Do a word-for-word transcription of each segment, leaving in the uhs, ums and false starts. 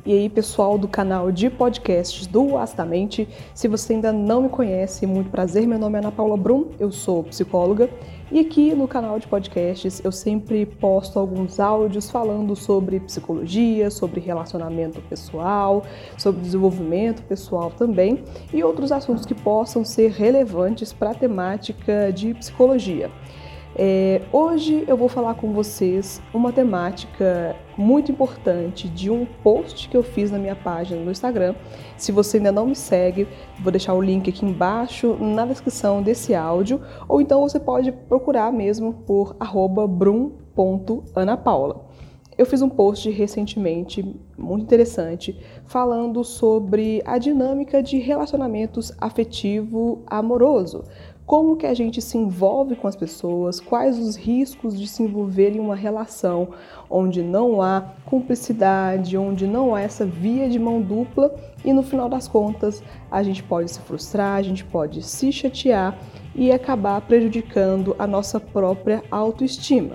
E aí, pessoal do canal de podcasts do Astamente, se você ainda não me conhece, muito prazer, meu nome é Ana Paula Brum, eu sou psicóloga e aqui no canal de podcasts eu sempre posto alguns áudios falando sobre psicologia, sobre relacionamento pessoal, sobre desenvolvimento pessoal também e outros assuntos que possam ser relevantes para a temática de psicologia. É, hoje eu vou falar com vocês uma temática muito importante de um post que eu fiz na minha página no Instagram. Se você ainda não me segue, vou deixar o link aqui embaixo na descrição desse áudio, ou então você pode procurar mesmo por arroba brum ponto ana paula. Eu fiz um post recentemente, muito interessante, falando sobre a dinâmica de relacionamentos afetivo-amoroso. Como que a gente se envolve com as pessoas, quais os riscos de se envolver em uma relação onde não há cumplicidade, onde não há essa via de mão dupla e no final das contas a gente pode se frustrar, a gente pode se chatear e acabar prejudicando a nossa própria autoestima.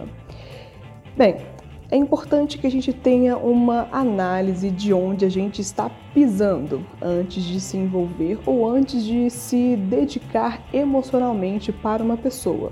Bem, é importante que a gente tenha uma análise de onde a gente está pisando antes de se envolver ou antes de se dedicar emocionalmente para uma pessoa.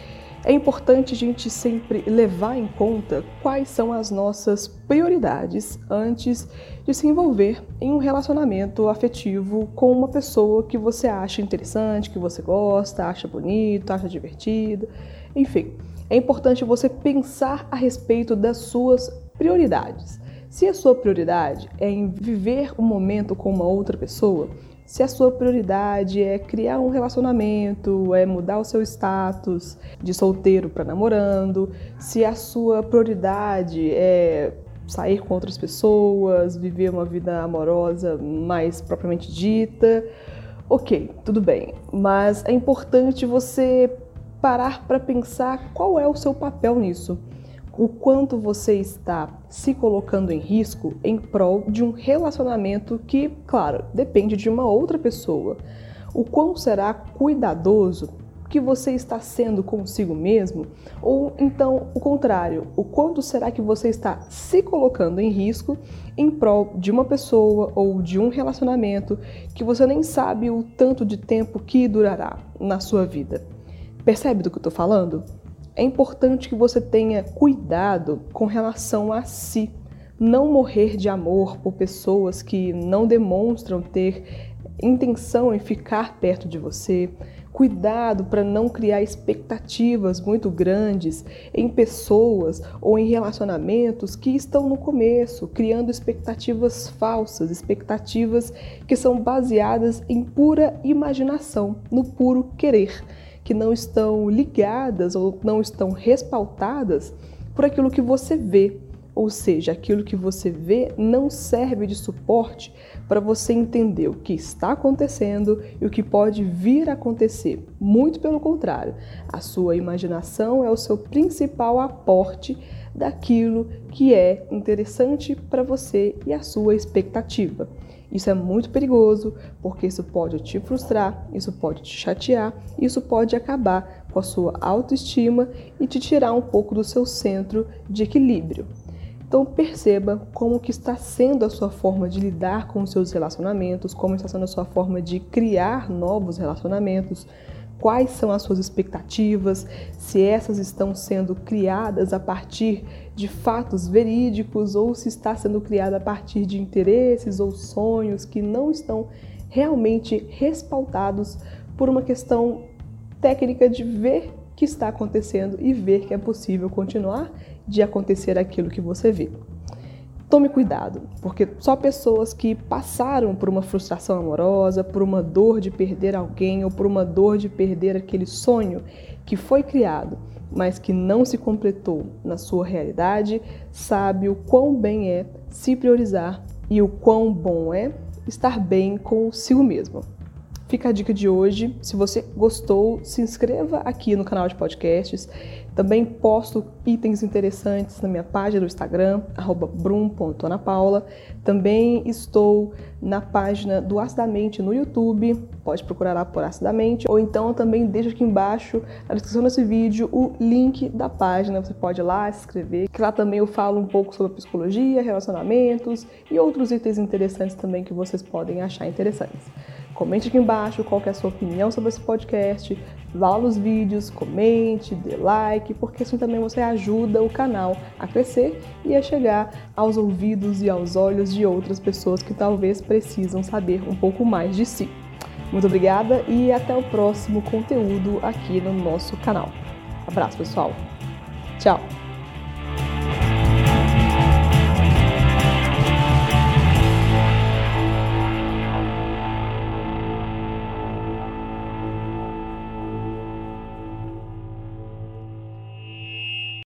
É importante a gente sempre levar em conta quais são as nossas prioridades antes de se envolver em um relacionamento afetivo com uma pessoa que você acha interessante, que você gosta, acha bonito, acha divertido, enfim. É importante você pensar a respeito das suas prioridades. Se a sua prioridade é em viver um momento com uma outra pessoa, se a sua prioridade é criar um relacionamento, é mudar o seu status de solteiro para namorando, se a sua prioridade é sair com outras pessoas, viver uma vida amorosa mais propriamente dita, ok, tudo bem. Mas é importante você parar para pensar qual é o seu papel nisso, o quanto você está se colocando em risco em prol de um relacionamento que, claro, depende de uma outra pessoa. O quão será cuidadoso que você está sendo consigo mesmo, ou então o contrário, o quanto será que você está se colocando em risco em prol de uma pessoa ou de um relacionamento que você nem sabe o tanto de tempo que durará na sua vida. Percebe do que eu estou falando? É importante que você tenha cuidado com relação a si. Não morrer de amor por pessoas que não demonstram ter intenção em ficar perto de você. Cuidado para não criar expectativas muito grandes em pessoas ou em relacionamentos que estão no começo, criando expectativas falsas, expectativas que são baseadas em pura imaginação, no puro querer, que não estão ligadas ou não estão respaldadas por aquilo que você vê. Ou seja, aquilo que você vê não serve de suporte para você entender o que está acontecendo e o que pode vir a acontecer. Muito pelo contrário, a sua imaginação é o seu principal aporte daquilo que é interessante para você e a sua expectativa. Isso é muito perigoso, porque isso pode te frustrar, isso pode te chatear, isso pode acabar com a sua autoestima e te tirar um pouco do seu centro de equilíbrio. Então perceba como que está sendo a sua forma de lidar com os seus relacionamentos, como está sendo a sua forma de criar novos relacionamentos, quais são as suas expectativas, se essas estão sendo criadas a partir de fatos verídicos ou se está sendo criada a partir de interesses ou sonhos que não estão realmente respaldados por uma questão técnica de ver o que está acontecendo e ver que é possível continuar de acontecer aquilo que você vê. Tome cuidado, porque só pessoas que passaram por uma frustração amorosa, por uma dor de perder alguém ou por uma dor de perder aquele sonho que foi criado, mas que não se completou na sua realidade, sabe o quão bem é se priorizar e o quão bom é estar bem consigo mesmo. Fica a dica de hoje. Se você gostou, se inscreva aqui no canal de podcasts. Também posto itens interessantes na minha página do Instagram, arroba brum ponto ana paula. Também estou na página do Acidamente no YouTube, pode procurar lá por Acidamente, ou então também deixo aqui embaixo, na descrição desse vídeo, o link da página, você pode ir lá se inscrever, que lá também eu falo um pouco sobre psicologia, relacionamentos e outros itens interessantes também que vocês podem achar interessantes. Comente aqui embaixo qual que é a sua opinião sobre esse podcast, vá nos vídeos, comente, dê like, porque assim também você ajuda o canal a crescer e a chegar aos ouvidos e aos olhos de outras pessoas que talvez precisam saber um pouco mais de si. Muito obrigada e até o próximo conteúdo aqui no nosso canal. Abraço, pessoal. Tchau!